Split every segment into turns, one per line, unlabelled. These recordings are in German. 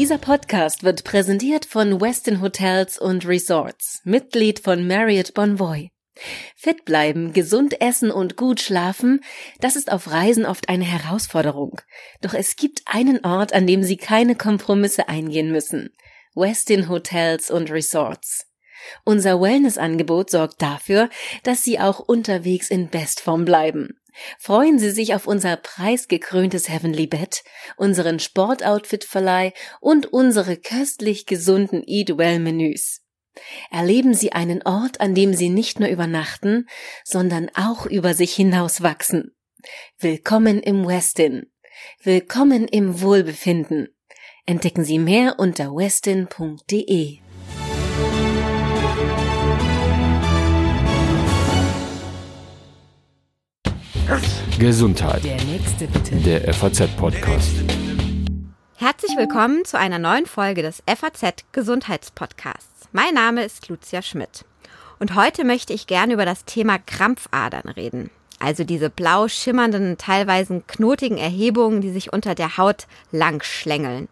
Dieser Podcast wird präsentiert von Westin Hotels und Resorts, Mitglied von Marriott Bonvoy. Fit bleiben, gesund essen und gut schlafen, das ist auf Reisen oft eine Herausforderung. Doch es gibt einen Ort, an dem Sie keine Kompromisse eingehen müssen. Westin Hotels und Resorts. Unser Wellnessangebot sorgt dafür, dass Sie auch unterwegs in Bestform bleiben. Freuen Sie sich auf unser preisgekröntes Heavenly Bed, unseren Sportoutfit-Verleih und unsere köstlich gesunden Eat-Well-Menüs. Erleben Sie einen Ort, an dem Sie nicht nur übernachten, sondern auch über sich hinaus wachsen. Willkommen im Westin. Willkommen im Wohlbefinden. Entdecken Sie mehr unter westin.de.
Gesundheit.
Der nächste bitte.
Der FAZ-Podcast.
Herzlich willkommen zu einer neuen Folge des FAZ-Gesundheitspodcasts. Mein Name ist Lucia Schmidt und heute möchte ich gerne über das Thema Krampfadern reden. Also diese blau schimmernden, teilweise knotigen Erhebungen, die sich unter der Haut lang schlängeln.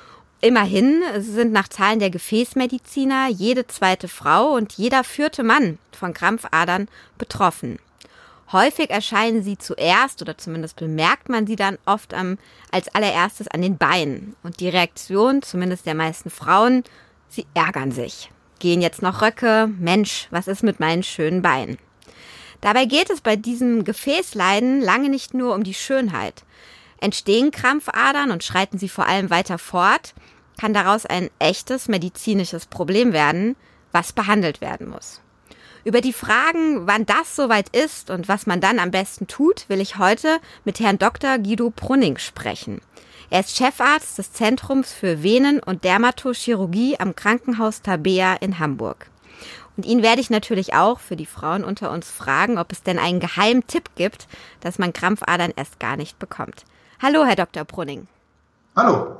Immerhin sind nach Zahlen der Gefäßmediziner jede zweite Frau und jeder vierte Mann von Krampfadern betroffen. Häufig erscheinen sie zuerst oder zumindest bemerkt man sie dann oft als allererstes an den Beinen. Und die Reaktion, zumindest der meisten Frauen, sie ärgern sich. Gehen jetzt noch Röcke? Mensch, was ist mit meinen schönen Beinen? Dabei geht es bei diesem Gefäßleiden lange nicht nur um die Schönheit. Entstehen Krampfadern und schreiten sie vor allem weiter fort, kann daraus ein echtes medizinisches Problem werden, was behandelt werden muss. Über die Fragen, wann das soweit ist und was man dann am besten tut, will ich heute mit Herrn Dr. Guido Brunning sprechen. Er ist Chefarzt des Zentrums für Venen- und Dermatochirurgie am Krankenhaus Tabea in Hamburg. Und ihn werde ich natürlich auch für die Frauen unter uns fragen, ob es denn einen geheimen Tipp gibt, dass man Krampfadern erst gar nicht bekommt. Hallo, Herr Dr. Brunning.
Hallo.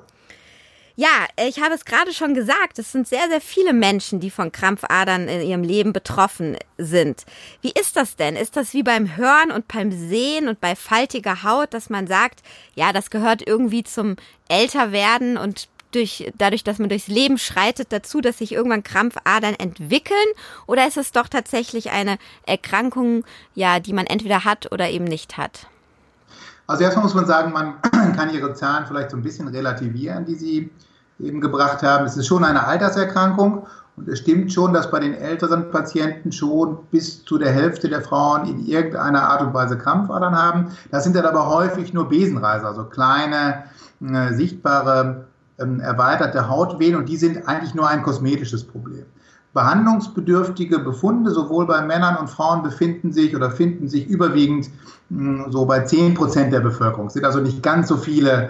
Ja, ich habe es gerade schon gesagt, es sind sehr, sehr viele Menschen, die von Krampfadern in ihrem Leben betroffen sind. Wie ist das denn? Ist das wie beim Hören und beim Sehen und bei faltiger Haut, dass man sagt, ja, das gehört irgendwie zum Älterwerden und dadurch, dass man durchs Leben schreitet, dazu, dass sich irgendwann Krampfadern entwickeln? Oder ist es doch tatsächlich eine Erkrankung, ja, die man entweder hat oder eben nicht hat?
Also erstmal muss man sagen, man kann Ihre Zahlen vielleicht so ein bisschen relativieren, die Sie eben gebracht haben. Es ist schon eine Alterserkrankung und es stimmt schon, dass bei den älteren Patienten schon bis zu der Hälfte der Frauen in irgendeiner Art und Weise Krampfadern haben. Das sind dann aber häufig nur Besenreiser, also kleine, sichtbare, erweiterte Hautwehen und die sind eigentlich nur ein kosmetisches Problem. Behandlungsbedürftige Befunde, sowohl bei Männern und Frauen finden sich überwiegend so bei 10% der Bevölkerung. Es sind also nicht ganz so viele,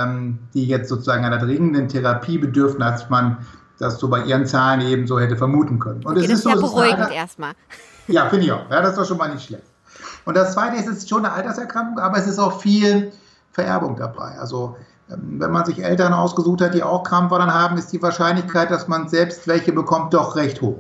die jetzt sozusagen einer dringenden Therapie bedürfen, als man das so bei ihren Zahlen eben so hätte vermuten können. Und
okay,
es
das
ist so,
ja beruhigend erstmal.
Ja, finde ich auch. Ja, das ist doch schon mal nicht schlecht. Und das Zweite ist, es ist schon eine Alterserkrankung, aber es ist auch viel Vererbung dabei. Also wenn man sich Eltern ausgesucht hat, die auch Krampfadern haben, ist die Wahrscheinlichkeit, dass man selbst welche bekommt, doch recht hoch.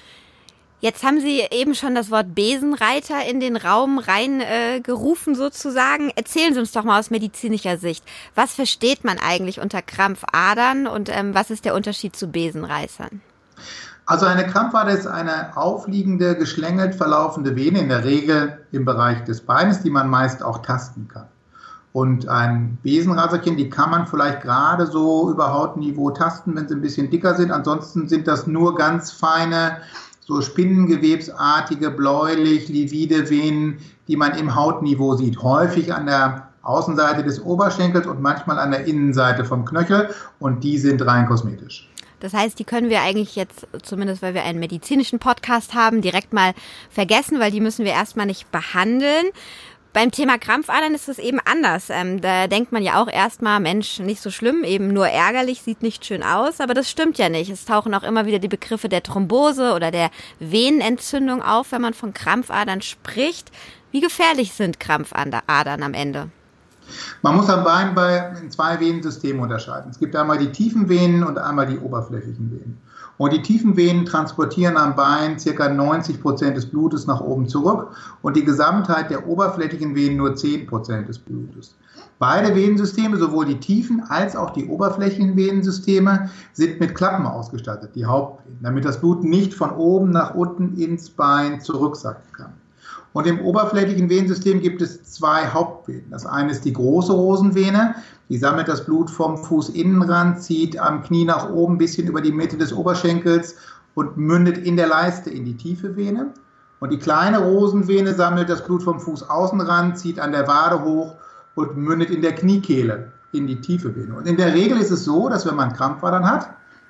Jetzt haben Sie eben schon das Wort Besenreiter in den Raum reingerufen sozusagen. Erzählen Sie uns doch mal aus medizinischer Sicht, was versteht man eigentlich unter Krampfadern und was ist der Unterschied zu Besenreißern?
Also eine Krampfader ist eine aufliegende, geschlängelt verlaufende Vene, in der Regel im Bereich des Beines, die man meist auch tasten kann. Und ein Besenreiserchen, die kann man vielleicht gerade so über Hautniveau tasten, wenn sie ein bisschen dicker sind. Ansonsten sind das nur ganz feine, so spinnengewebsartige, bläulich, livide Venen, die man im Hautniveau sieht. Häufig an der Außenseite des Oberschenkels und manchmal an der Innenseite vom Knöchel. Und die sind rein kosmetisch.
Das heißt, die können wir eigentlich jetzt, zumindest weil wir einen medizinischen Podcast haben, direkt mal vergessen, weil die müssen wir erstmal nicht behandeln. Beim Thema Krampfadern ist es eben anders. Da denkt man ja auch erstmal, Mensch, nicht so schlimm, eben nur ärgerlich, sieht nicht schön aus. Aber das stimmt ja nicht. Es tauchen auch immer wieder die Begriffe der Thrombose oder der Venenentzündung auf, wenn man von Krampfadern spricht. Wie gefährlich sind Krampfadern am Ende?
Man muss am Bein in zwei Venensystemen unterscheiden. Es gibt einmal die tiefen Venen und einmal die oberflächlichen Venen. Und die tiefen Venen transportieren am Bein ca. 90% des Blutes nach oben zurück und die Gesamtheit der oberflächlichen Venen nur 10% des Blutes. Beide Venensysteme, sowohl die tiefen als auch die oberflächlichen Venensysteme, sind mit Klappen ausgestattet, die Hauptvenen, damit das Blut nicht von oben nach unten ins Bein zurücksacken kann. Und im oberflächlichen Venensystem gibt es zwei Hauptvenen. Das eine ist die große Rosenvene, die sammelt das Blut vom Fußinnenrand, zieht am Knie nach oben, ein bisschen über die Mitte des Oberschenkels und mündet in der Leiste in die tiefe Vene. Und die kleine Rosenvene sammelt das Blut vom Fußaußenrand, zieht an der Wade hoch und mündet in der Kniekehle in die tiefe Vene. Und in der Regel ist es so, dass wenn man Krampfadern hat,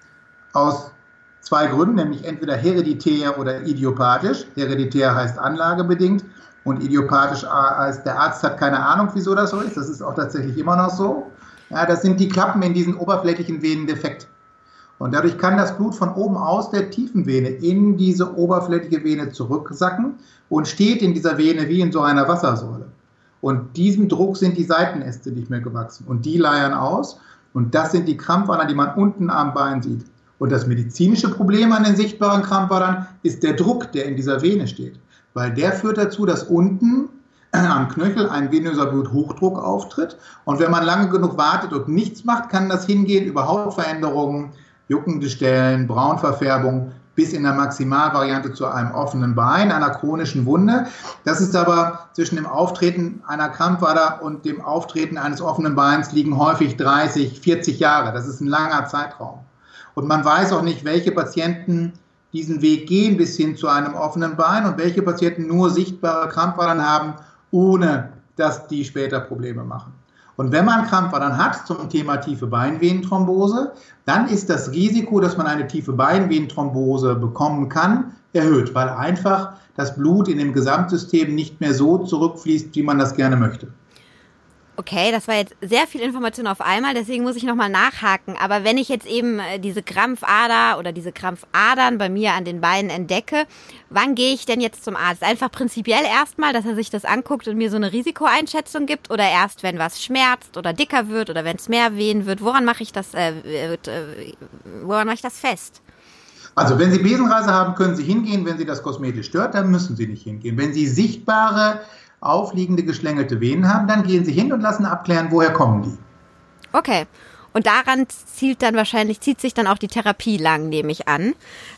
aus zwei Gründen, nämlich entweder hereditär oder idiopathisch. Hereditär heißt anlagebedingt und idiopathisch heißt, der Arzt hat keine Ahnung, wieso das so ist. Das ist auch tatsächlich immer noch so. Ja, das sind die Klappen in diesen oberflächlichen Venen defekt. Und dadurch kann das Blut von oben aus der tiefen Vene in diese oberflächliche Vene zurücksacken und steht in dieser Vene wie in so einer Wassersäule. Und diesem Druck sind die Seitenäste nicht mehr gewachsen. Und die leiern aus. Und das sind die Krampfadern, die man unten am Bein sieht. Und das medizinische Problem an den sichtbaren Krampfadern ist der Druck, der in dieser Vene steht. Weil der führt dazu, dass unten am Knöchel ein venöser Bluthochdruck auftritt. Und wenn man lange genug wartet und nichts macht, kann das hingehen über Hautveränderungen, juckende Stellen, Braunverfärbung bis in der Maximalvariante zu einem offenen Bein, einer chronischen Wunde. Das ist aber zwischen dem Auftreten einer Krampfader und dem Auftreten eines offenen Beins liegen häufig 30, 40 Jahre. Das ist ein langer Zeitraum. Und man weiß auch nicht, welche Patienten diesen Weg gehen bis hin zu einem offenen Bein und welche Patienten nur sichtbare Krampfadern haben, ohne dass die später Probleme machen. Und wenn man Krampfadern hat zum Thema tiefe Beinvenenthrombose, dann ist das Risiko, dass man eine tiefe Beinvenenthrombose bekommen kann, erhöht, weil einfach das Blut in dem Gesamtsystem nicht mehr so zurückfließt, wie man das gerne möchte.
Okay, das war jetzt sehr viel Information auf einmal, deswegen muss ich nochmal nachhaken. Aber wenn ich jetzt eben diese Krampfader oder diese Krampfadern bei mir an den Beinen entdecke, wann gehe ich denn jetzt zum Arzt? Einfach prinzipiell erstmal, dass er sich das anguckt und mir so eine Risikoeinschätzung gibt, oder erst, wenn was schmerzt oder dicker wird oder wenn es mehr wehen wird? Woran mache ich das fest?
Also wenn Sie Besenreise haben, können Sie hingehen. Wenn Sie das kosmetisch stört, dann müssen Sie nicht hingehen. Wenn Sie sichtbare aufliegende, geschlängelte Venen haben, dann gehen Sie hin und lassen abklären, woher kommen die.
Okay. Und daran zieht sich dann auch die Therapie lang, nehme ich an,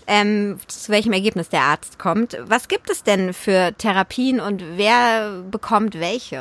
zu welchem Ergebnis der Arzt kommt. Was gibt es denn für Therapien und wer bekommt welche?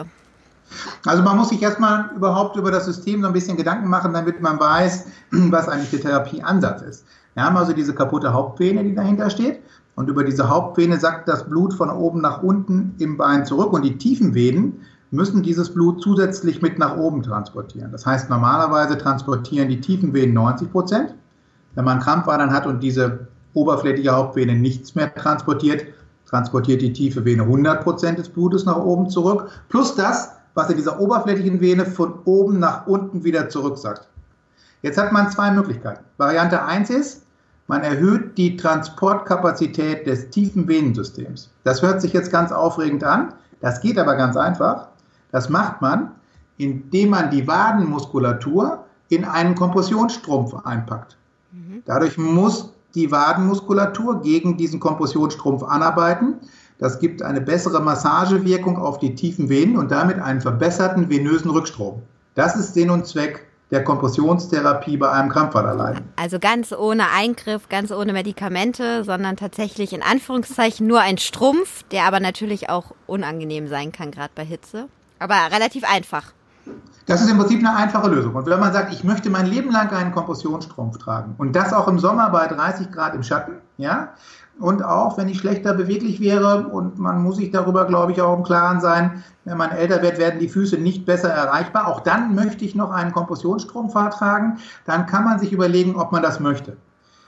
Also man muss sich erstmal überhaupt über das System so ein bisschen Gedanken machen, damit man weiß, was eigentlich der Therapieansatz ist. Wir haben also diese kaputte Hauptvene, die dahinter steht. Und über diese Hauptvene sackt das Blut von oben nach unten im Bein zurück. Und die tiefen Venen müssen dieses Blut zusätzlich mit nach oben transportieren. Das heißt, normalerweise transportieren die tiefen Venen 90%. Wenn man Krampfadern hat und diese oberflächliche Hauptvene nichts mehr transportiert, transportiert die tiefe Vene 100% des Blutes nach oben zurück. Plus das, was in dieser oberflächlichen Vene von oben nach unten wieder zurücksackt. Jetzt hat man zwei Möglichkeiten. Variante 1 ist, man erhöht die Transportkapazität des tiefen Venensystems. Das hört sich jetzt ganz aufregend an. Das geht aber ganz einfach. Das macht man, indem man die Wadenmuskulatur in einen Kompressionsstrumpf einpackt. Dadurch muss die Wadenmuskulatur gegen diesen Kompressionsstrumpf anarbeiten. Das gibt eine bessere Massagewirkung auf die tiefen Venen und damit einen verbesserten venösen Rückstrom. Das ist Sinn und Zweck der Kompressionstherapie bei einem Krampfaderleiden.
Also ganz ohne Eingriff, ganz ohne Medikamente, sondern tatsächlich in Anführungszeichen nur ein Strumpf, der aber natürlich auch unangenehm sein kann, gerade bei Hitze. Aber relativ einfach.
Das ist im Prinzip eine einfache Lösung. Und wenn man sagt, ich möchte mein Leben lang einen Kompressionsstrumpf tragen und das auch im Sommer bei 30 Grad im Schatten, ja, und auch, wenn ich schlechter beweglich wäre, und man muss sich darüber, glaube ich, auch im Klaren sein, wenn man älter wird, werden die Füße nicht besser erreichbar. Auch dann möchte ich noch einen Kompressionsstrumpf tragen. Dann kann man sich überlegen, ob man das möchte.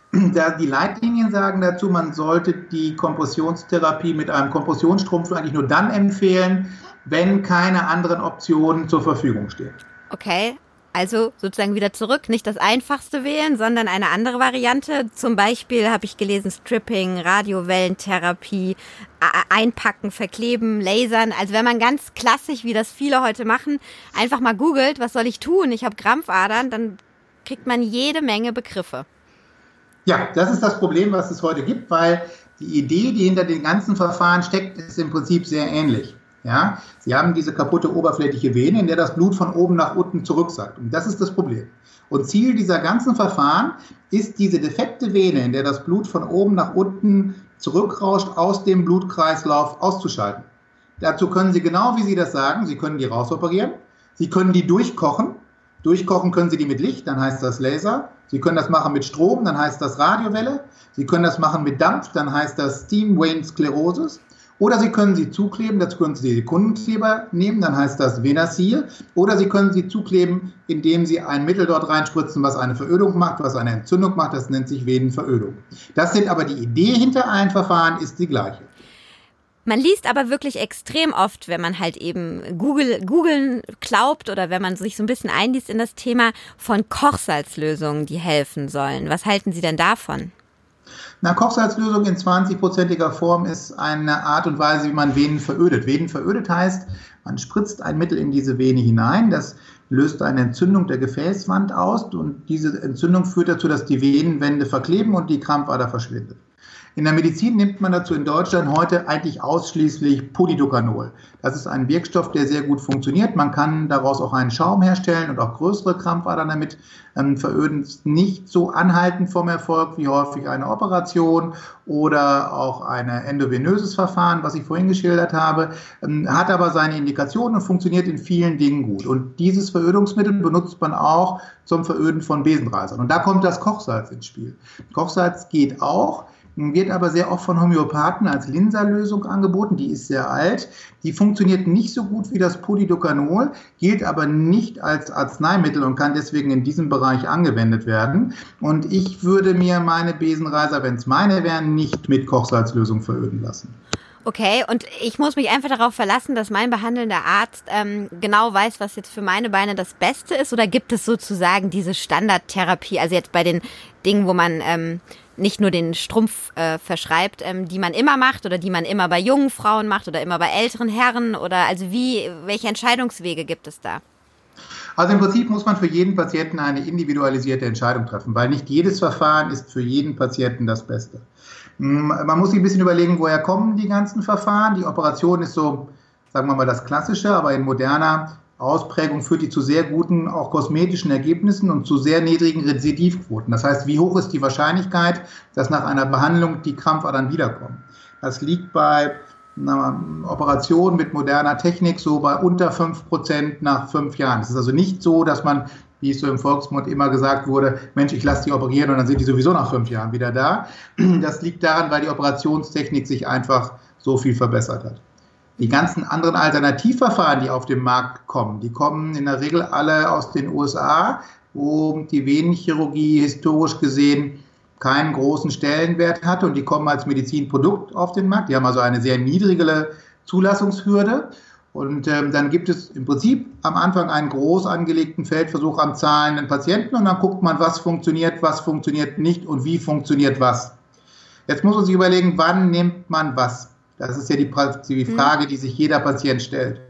Da die Leitlinien sagen dazu, man sollte die Kompressionstherapie mit einem Kompressionsstrumpf eigentlich nur dann empfehlen, wenn keine anderen Optionen zur Verfügung stehen.
Okay. Also sozusagen wieder zurück, nicht das Einfachste wählen, sondern eine andere Variante. Zum Beispiel habe ich gelesen Stripping, Radiowellentherapie, Einpacken, Verkleben, Lasern. Also wenn man ganz klassisch, wie das viele heute machen, einfach mal googelt, was soll ich tun? Ich habe Krampfadern, dann kriegt man jede Menge Begriffe.
Ja, das ist das Problem, was es heute gibt, weil die Idee, die hinter den ganzen Verfahren steckt, ist im Prinzip sehr ähnlich. Ja? Sie haben diese kaputte oberflächliche Vene, in der das Blut von oben nach unten zurücksackt. Und das ist das Problem. Und Ziel dieser ganzen Verfahren ist, diese defekte Vene, in der das Blut von oben nach unten zurückrauscht, aus dem Blutkreislauf auszuschalten. Dazu können Sie, genau wie Sie das sagen, Sie können die rausoperieren, Sie können die durchkochen. Durchkochen können Sie die mit Licht, dann heißt das Laser. Sie können das machen mit Strom, dann heißt das Radiowelle. Sie können das machen mit Dampf, dann heißt das Steam Wane Sklerosis. Oder Sie können sie zukleben, dazu können Sie Sekundenkleber nehmen, dann heißt das Venacil. Oder Sie können sie zukleben, indem Sie ein Mittel dort reinspritzen, was eine Verödung macht, was eine Entzündung macht, das nennt sich Venenverödung. Das sind aber die Idee hinter allen Verfahren ist die gleiche.
Man liest aber wirklich extrem oft, wenn man halt eben googeln glaubt oder wenn man sich so ein bisschen einliest in das Thema, von Kochsalzlösungen, die helfen sollen. Was halten Sie denn davon?
Na, Kochsalzlösung in 20%iger Form ist eine Art und Weise, wie man Venen verödet. Venen verödet heißt, man spritzt ein Mittel in diese Vene hinein, das löst eine Entzündung der Gefäßwand aus und diese Entzündung führt dazu, dass die Venenwände verkleben und die Krampfader verschwindet. In der Medizin nimmt man dazu in Deutschland heute eigentlich ausschließlich Polydocanol. Das ist ein Wirkstoff, der sehr gut funktioniert. Man kann daraus auch einen Schaum herstellen und auch größere Krampfadern damit veröden. Ist nicht so anhaltend vom Erfolg wie häufig eine Operation oder auch ein endovenöses Verfahren, was ich vorhin geschildert habe, hat aber seine Indikationen und funktioniert in vielen Dingen gut. Und dieses Verödungsmittel benutzt man auch zum Veröden von Besenreisern. Und da kommt das Kochsalz ins Spiel. Kochsalz geht auch, wird aber sehr oft von Homöopathen als Linserlösung angeboten. Die ist sehr alt. Die funktioniert nicht so gut wie das Polydocanol, gilt aber nicht als Arzneimittel und kann deswegen in diesem Bereich angewendet werden. Und ich würde mir meine Besenreiser, wenn es meine wären, nicht mit Kochsalzlösung veröden lassen.
Okay, und ich muss mich einfach darauf verlassen, dass mein behandelnder Arzt genau weiß, was jetzt für meine Beine das Beste ist? Oder gibt es sozusagen diese Standardtherapie, also jetzt bei den Dingen, wo man nicht nur den Strumpf verschreibt, die man immer macht oder die man immer bei jungen Frauen macht oder immer bei älteren Herren? Oder also welche Entscheidungswege gibt es da?
Also im Prinzip muss man für jeden Patienten eine individualisierte Entscheidung treffen, weil nicht jedes Verfahren ist für jeden Patienten das Beste. Man muss sich ein bisschen überlegen, woher kommen die ganzen Verfahren. Die Operation ist so, sagen wir mal, das Klassische, aber in moderner Ausprägung führt die zu sehr guten, auch kosmetischen Ergebnissen und zu sehr niedrigen Rezidivquoten. Das heißt, wie hoch ist die Wahrscheinlichkeit, dass nach einer Behandlung die Krampfadern wiederkommen? Das liegt bei einer Operation mit moderner Technik so bei unter 5% nach 5 Jahren. Es ist also nicht so, dass man, wie es so im Volksmund immer gesagt wurde, Mensch, ich lasse die operieren und dann sind die sowieso nach 5 Jahren wieder da. Das liegt daran, weil die Operationstechnik sich einfach so viel verbessert hat. Die ganzen anderen Alternativverfahren, die auf den Markt kommen, die kommen in der Regel alle aus den USA, wo die Venenchirurgie historisch gesehen keinen großen Stellenwert hatte und die kommen als Medizinprodukt auf den Markt. Die haben also eine sehr niedrige Zulassungshürde. Und dann gibt es im Prinzip am Anfang einen groß angelegten Feldversuch am zahlenden Patienten und dann guckt man, was funktioniert nicht und wie funktioniert was. Jetzt muss man sich überlegen, wann nimmt man was? Das ist ja die Frage, die sich jeder Patient stellt.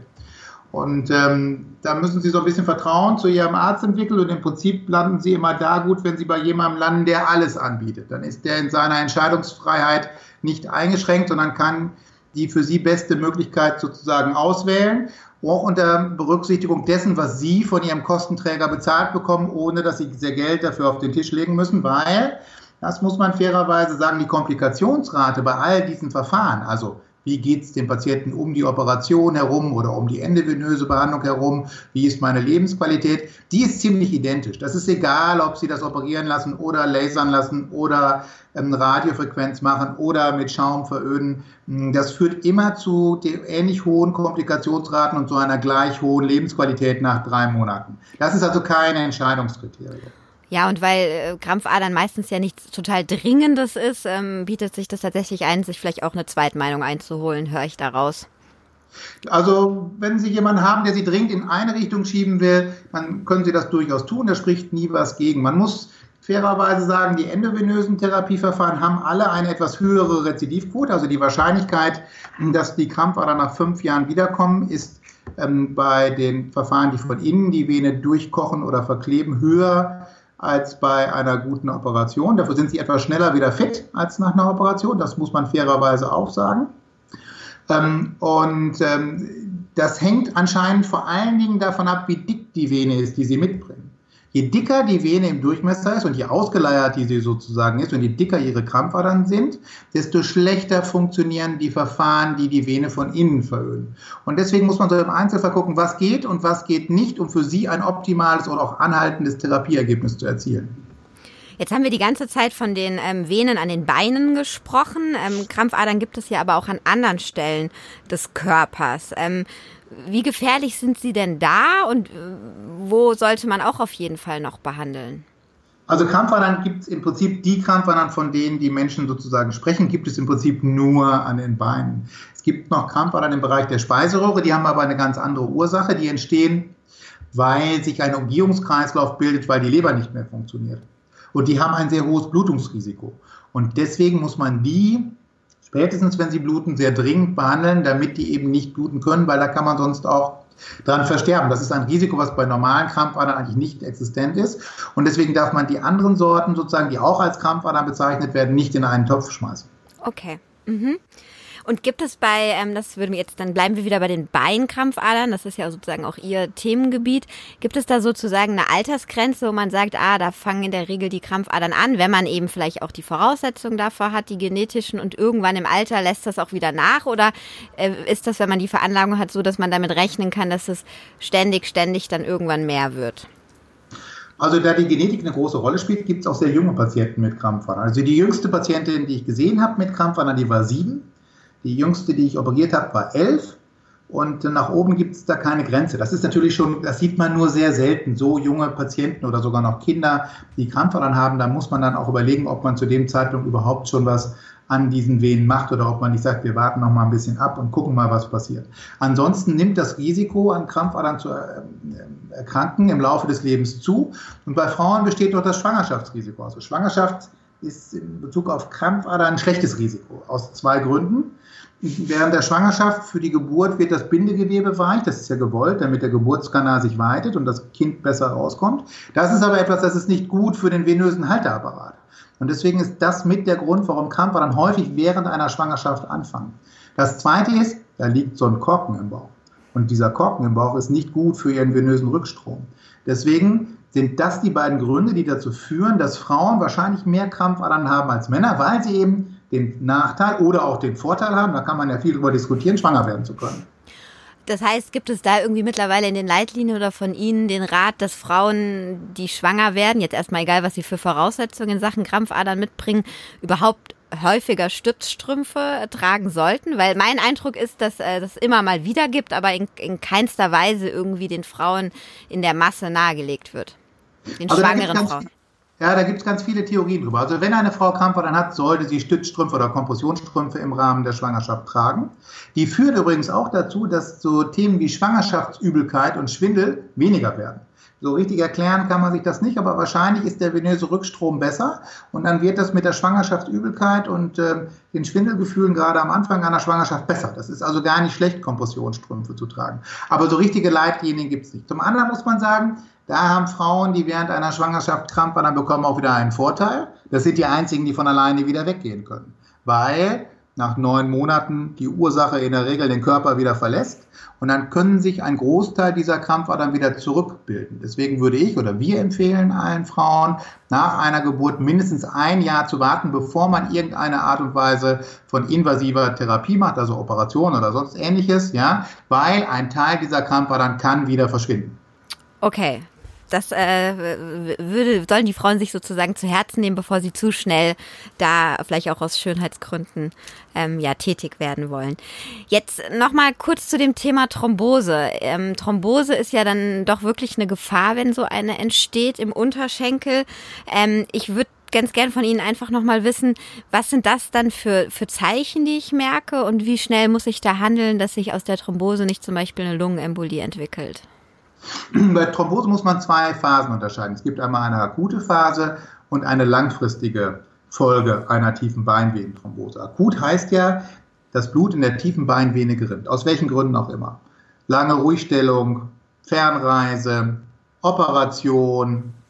Und da müssen Sie so ein bisschen Vertrauen zu Ihrem Arzt entwickeln und im Prinzip landen Sie immer da gut, wenn Sie bei jemandem landen, der alles anbietet. Dann ist der in seiner Entscheidungsfreiheit nicht eingeschränkt, sondern kann die für Sie beste Möglichkeit sozusagen auswählen, auch unter Berücksichtigung dessen, was Sie von Ihrem Kostenträger bezahlt bekommen, ohne dass Sie sehr Geld dafür auf den Tisch legen müssen, weil, das muss man fairerweise sagen, die Komplikationsrate bei all diesen Verfahren, also wie geht es dem Patienten um die Operation herum oder um die endovenöse Behandlung herum? Wie ist meine Lebensqualität? Die ist ziemlich identisch. Das ist egal, ob Sie das operieren lassen oder lasern lassen oder Radiofrequenz machen oder mit Schaum veröden. Das führt immer zu ähnlich hohen Komplikationsraten und zu einer gleich hohen Lebensqualität nach 3 Monaten. Das ist also kein Entscheidungskriterium.
Ja, und weil Krampfadern meistens ja nichts total Dringendes ist, bietet sich das tatsächlich ein, sich vielleicht auch eine Zweitmeinung einzuholen, höre ich daraus.
Also, wenn Sie jemanden haben, der Sie dringend in eine Richtung schieben will, dann können Sie das durchaus tun, da spricht nie was gegen. Man muss fairerweise sagen, die endovenösen Therapieverfahren haben alle eine etwas höhere Rezidivquote, also die Wahrscheinlichkeit, dass die Krampfadern nach 5 Jahren wiederkommen, ist bei den Verfahren, die von innen die Vene durchkochen oder verkleben, höher als bei einer guten Operation. Dafür sind sie etwas schneller wieder fit als nach einer Operation. Das muss man fairerweise auch sagen. Das hängt anscheinend vor allen Dingen davon ab, wie dick die Vene ist, die sie mitbringen. Je dicker die Vene im Durchmesser ist und je ausgeleiert die sie sozusagen ist und je dicker ihre Krampfadern sind, desto schlechter funktionieren die Verfahren, die die Vene von innen veröden. Und deswegen muss man so im Einzelfall gucken, was geht und was geht nicht, um für sie ein optimales oder auch anhaltendes Therapieergebnis zu erzielen.
Jetzt haben wir die ganze Zeit von den Venen an den Beinen gesprochen. Krampfadern gibt es ja aber auch an anderen Stellen des Körpers. Wie gefährlich sind sie denn da und wo sollte man auch auf jeden Fall noch behandeln?
Also Krampfadern gibt es im Prinzip, die Krampfadern, von denen die Menschen sozusagen sprechen, gibt es im Prinzip nur an den Beinen. Es gibt noch Krampfadern im Bereich der Speiseröhre, die haben aber eine ganz andere Ursache. Die entstehen, weil sich ein Umgehungskreislauf bildet, weil die Leber nicht mehr funktioniert. Und die haben ein sehr hohes Blutungsrisiko. Und deswegen muss man die, spätestens wenn sie bluten, sehr dringend behandeln, damit die eben nicht bluten können, weil da kann man sonst auch dran versterben. Das ist ein Risiko, was bei normalen Krampfadern eigentlich nicht existent ist. Und deswegen darf man die anderen Sorten sozusagen, die auch als Krampfadern bezeichnet werden, nicht in einen Topf schmeißen.
Okay. Und gibt es dann bleiben wir wieder bei den Beinkrampfadern, das ist ja sozusagen auch Ihr Themengebiet. Gibt es da sozusagen eine Altersgrenze, wo man sagt, da fangen in der Regel die Krampfadern an, wenn man eben vielleicht auch die Voraussetzungen dafür hat, die genetischen, und irgendwann im Alter lässt das auch wieder nach? Oder ist das, wenn man die Veranlagung hat, so, dass man damit rechnen kann, dass es ständig dann irgendwann mehr wird?
Also da die Genetik eine große Rolle spielt, gibt es auch sehr junge Patienten mit Krampfadern. Also die jüngste Patientin, die ich gesehen habe mit Krampfadern, die war 7. Die jüngste, die ich operiert habe, war 11. Und nach oben gibt es da keine Grenze. Das ist natürlich schon, das sieht man nur sehr selten. So junge Patienten oder sogar noch Kinder, die Krampfadern haben, da muss man dann auch überlegen, ob man zu dem Zeitpunkt überhaupt schon was an diesen Venen macht oder ob man nicht sagt, wir warten noch mal ein bisschen ab und gucken mal, was passiert. Ansonsten nimmt das Risiko, an Krampfadern zu erkranken, im Laufe des Lebens zu. Und bei Frauen besteht dort das Schwangerschaftsrisiko. Also Schwangerschaft ist in Bezug auf Krampfadern ein schlechtes Risiko, aus 2 Gründen. Während der Schwangerschaft für die Geburt wird das Bindegewebe weich, das ist ja gewollt, damit der Geburtskanal sich weitet und das Kind besser rauskommt. Das ist aber etwas, das ist nicht gut für den venösen Halteapparat. Und deswegen ist das mit der Grund, warum Krampfadern häufig während einer Schwangerschaft anfangen. Das Zweite ist, da liegt so ein Korken im Bauch. Und dieser Korken im Bauch ist nicht gut für ihren venösen Rückstrom. Deswegen sind das die beiden Gründe, die dazu führen, dass Frauen wahrscheinlich mehr Krampfadern haben als Männer, weil sie eben den Nachteil oder auch den Vorteil haben, da kann man ja viel drüber diskutieren, schwanger werden zu können.
Das heißt, gibt es da irgendwie mittlerweile in den Leitlinien oder von Ihnen den Rat, dass Frauen, die schwanger werden, jetzt erstmal egal, was sie für Voraussetzungen in Sachen Krampfadern mitbringen, überhaupt häufiger Stützstrümpfe tragen sollten? Weil mein Eindruck ist, dass es immer mal wieder gibt, aber in keinster Weise irgendwie den Frauen in der Masse nahegelegt wird. Den schwangeren Frauen.
Ja, da gibt es ganz viele Theorien drüber. Also wenn eine Frau Krampfadern hat, sollte sie Stützstrümpfe oder Kompressionsstrümpfe im Rahmen der Schwangerschaft tragen. Die führen übrigens auch dazu, dass so Themen wie Schwangerschaftsübelkeit und Schwindel weniger werden. So richtig erklären kann man sich das nicht, aber wahrscheinlich ist der venöse Rückstrom besser und dann wird das mit der Schwangerschaftsübelkeit und den Schwindelgefühlen gerade am Anfang einer Schwangerschaft besser. Das ist also gar nicht schlecht, Kompressionsstrümpfe zu tragen. Aber so richtige Leitlinien gibt es nicht. Zum anderen muss man sagen, da haben Frauen, die während einer Schwangerschaft Krampfadern bekommen, auch wieder einen Vorteil. Das sind die einzigen, die von alleine wieder weggehen können. Weil nach 9 Monaten die Ursache in der Regel den Körper wieder verlässt und dann können sich ein Großteil dieser Krampfadern wieder zurückbilden. Deswegen würde ich oder wir empfehlen allen Frauen, nach einer Geburt mindestens 1 Jahr zu warten, bevor man irgendeine Art und Weise von invasiver Therapie macht, also Operation oder sonst Ähnliches, ja, weil ein Teil dieser Krampfadern kann wieder verschwinden.
Okay. Das sollen die Frauen sich sozusagen zu Herzen nehmen, bevor sie zu schnell da vielleicht auch aus Schönheitsgründen tätig werden wollen. Jetzt nochmal kurz zu dem Thema Thrombose. Thrombose ist ja dann doch wirklich eine Gefahr, wenn so eine entsteht im Unterschenkel. Ich würde ganz gern von Ihnen einfach nochmal wissen, was sind das dann für Zeichen, die ich merke und wie schnell muss ich da handeln, dass sich aus der Thrombose nicht zum Beispiel eine Lungenembolie entwickelt?
Bei Thrombose muss man 2 Phasen unterscheiden. Es gibt einmal eine akute Phase und eine langfristige Folge einer tiefen Beinvenenthrombose. Akut heißt ja, das Blut in der tiefen Beinvene gerinnt, aus welchen Gründen auch immer. Lange Ruhigstellung, Fernreise, Operation,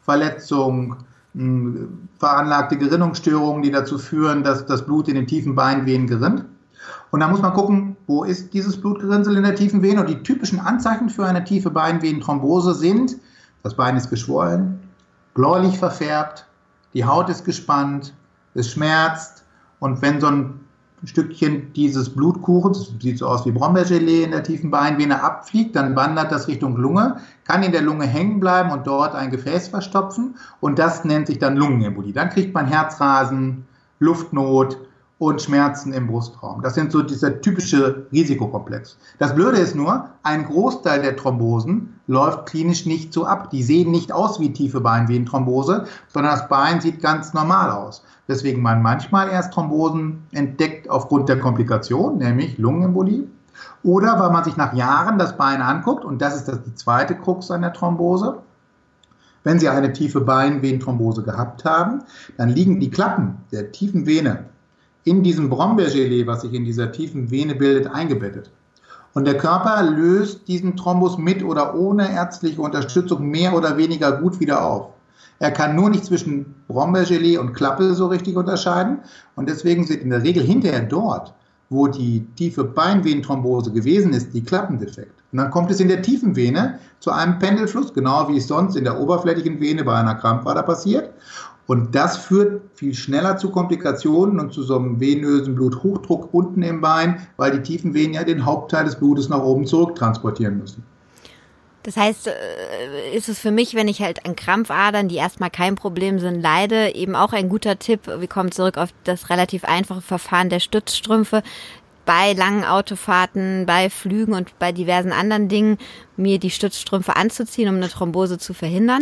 Verletzung, veranlagte Gerinnungsstörungen, die dazu führen, dass das Blut in den tiefen Beinvenen gerinnt. Und da muss man gucken, wo ist dieses Blutgerinnsel in der tiefen Vene. Und die typischen Anzeichen für eine tiefe Beinvenenthrombose sind, das Bein ist geschwollen, bläulich verfärbt, die Haut ist gespannt, es schmerzt. Und wenn so ein Stückchen dieses Blutkuchens, das sieht so aus wie Brombeergelee in der tiefen Beinvene, abfliegt, dann wandert das Richtung Lunge, kann in der Lunge hängen bleiben und dort ein Gefäß verstopfen. Und das nennt sich dann Lungenembolie. Dann kriegt man Herzrasen, Luftnot und Schmerzen im Brustraum. Das sind so dieser typische Risikokomplex. Das Blöde ist nur, ein Großteil der Thrombosen läuft klinisch nicht so ab. Die sehen nicht aus wie tiefe Beinvenenthrombose, sondern das Bein sieht ganz normal aus. Weswegen man manchmal erst Thrombosen entdeckt aufgrund der Komplikation, nämlich Lungenembolie. Oder weil man sich nach Jahren das Bein anguckt, und das ist die zweite Krux an der Thrombose. Wenn Sie eine tiefe Beinvenenthrombose gehabt haben, dann liegen die Klappen der tiefen Vene in diesem Brombeergelee, was sich in dieser tiefen Vene bildet, eingebettet. Und der Körper löst diesen Thrombus mit oder ohne ärztliche Unterstützung mehr oder weniger gut wieder auf. Er kann nur nicht zwischen Brombeergelee und Klappe so richtig unterscheiden. Und deswegen sind in der Regel hinterher dort, wo die tiefe Beinvenenthrombose gewesen ist, die Klappen defekt. Und dann kommt es in der tiefen Vene zu einem Pendelfluss, genau wie es sonst in der oberflächlichen Vene bei einer Krampfader passiert. Und das führt viel schneller zu Komplikationen und zu so einem venösen Bluthochdruck unten im Bein, weil die tiefen Venen ja den Hauptteil des Blutes nach oben zurücktransportieren müssen.
Das heißt, ist es für mich, wenn ich halt an Krampfadern, die erstmal kein Problem sind, leide, eben auch ein guter Tipp, wir kommen zurück auf das relativ einfache Verfahren der Stützstrümpfe, bei langen Autofahrten, bei Flügen und bei diversen anderen Dingen, mir die Stützstrümpfe anzuziehen, um eine Thrombose zu verhindern?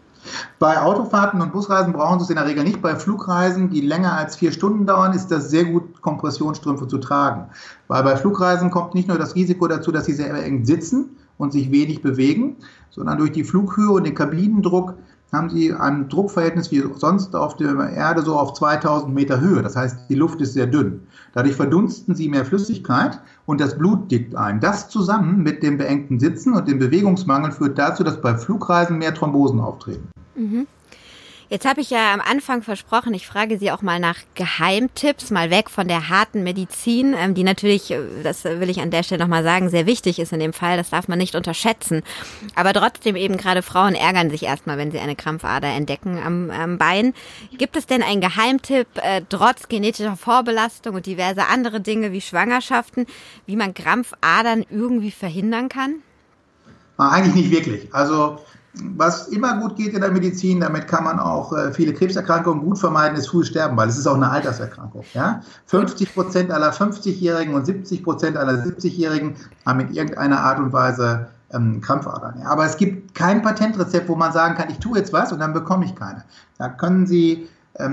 Bei Autofahrten und Busreisen brauchen Sie es in der Regel nicht. Bei Flugreisen, die länger als 4 Stunden dauern, ist das sehr gut, Kompressionsstrümpfe zu tragen. Weil bei Flugreisen kommt nicht nur das Risiko dazu, dass Sie sehr eng sitzen und sich wenig bewegen, sondern durch die Flughöhe und den Kabinendruck haben Sie ein Druckverhältnis wie sonst auf der Erde so auf 2000 Meter Höhe. Das heißt, die Luft ist sehr dünn. Dadurch verdunsten Sie mehr Flüssigkeit und das Blut dickt ein. Das zusammen mit dem beengten Sitzen und dem Bewegungsmangel führt dazu, dass bei Flugreisen mehr Thrombosen auftreten.
Mhm. Jetzt habe ich ja am Anfang versprochen, ich frage Sie auch mal nach Geheimtipps, mal weg von der harten Medizin, die natürlich, das will ich an der Stelle nochmal sagen, sehr wichtig ist in dem Fall, das darf man nicht unterschätzen. Aber trotzdem eben gerade Frauen ärgern sich erstmal, wenn sie eine Krampfader entdecken am Bein. Gibt es denn einen Geheimtipp, trotz genetischer Vorbelastung und diverse andere Dinge wie Schwangerschaften, wie man Krampfadern irgendwie verhindern kann?
Eigentlich nicht wirklich. Also was immer gut geht in der Medizin, damit kann man auch viele Krebserkrankungen gut vermeiden, ist frühes Sterben, weil es ist auch eine Alterserkrankung. Ja? 50% aller 50-Jährigen und 70% aller 70-Jährigen haben in irgendeiner Art und Weise Krampfadern. Ja? Aber es gibt kein Patentrezept, wo man sagen kann, ich tue jetzt was und dann bekomme ich keine. Da können Sie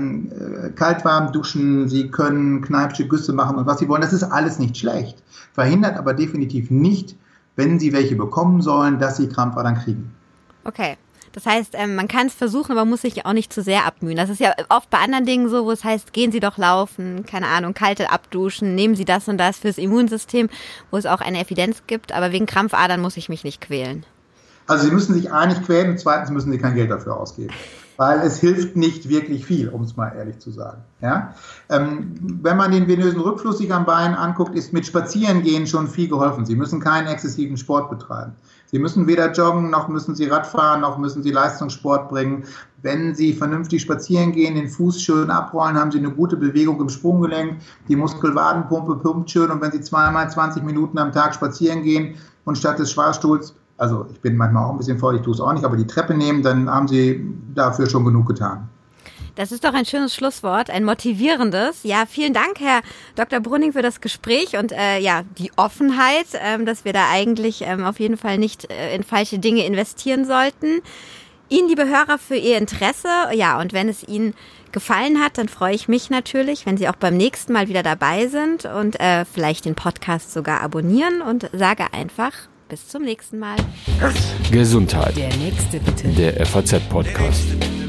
kaltwarm duschen, Sie können Kneippsche Güsse machen und was Sie wollen. Das ist alles nicht schlecht. Verhindert aber definitiv nicht, wenn Sie welche bekommen sollen, dass Sie Krampfadern kriegen.
Okay, das heißt, man kann es versuchen, aber muss sich auch nicht zu sehr abmühen. Das ist ja oft bei anderen Dingen so, wo es heißt, gehen Sie doch laufen, keine Ahnung, kalte abduschen, nehmen Sie das und das fürs Immunsystem, wo es auch eine Evidenz gibt, aber wegen Krampfadern muss ich mich nicht quälen.
Also Sie müssen sich A nicht quälen und zweitens müssen Sie kein Geld dafür ausgeben, weil es hilft nicht wirklich viel, um es mal ehrlich zu sagen. Ja? Wenn man den venösen Rückfluss sich am Bein anguckt, ist mit Spazierengehen schon viel geholfen. Sie müssen keinen exzessiven Sport betreiben. Sie müssen weder joggen, noch müssen Sie Radfahren, noch müssen Sie Leistungssport bringen. Wenn Sie vernünftig spazieren gehen, den Fuß schön abrollen, haben Sie eine gute Bewegung im Sprunggelenk, die Muskelwadenpumpe pumpt schön und wenn Sie zweimal 20 Minuten am Tag spazieren gehen und statt des Schwarstuhls, also ich bin manchmal auch ein bisschen faul, ich tue es auch nicht, aber die Treppe nehmen, dann haben Sie dafür schon genug getan.
Das ist doch ein schönes Schlusswort, ein motivierendes. Ja, vielen Dank, Herr Dr. Brunning, für das Gespräch und die Offenheit, dass wir da eigentlich auf jeden Fall nicht in falsche Dinge investieren sollten. Ihnen, liebe Hörer, für Ihr Interesse. Ja, und wenn es Ihnen gefallen hat, dann freue ich mich natürlich, wenn Sie auch beim nächsten Mal wieder dabei sind und vielleicht den Podcast sogar abonnieren und sage einfach bis zum nächsten Mal.
Gesundheit.
Der nächste bitte.
Der FAZ-Podcast.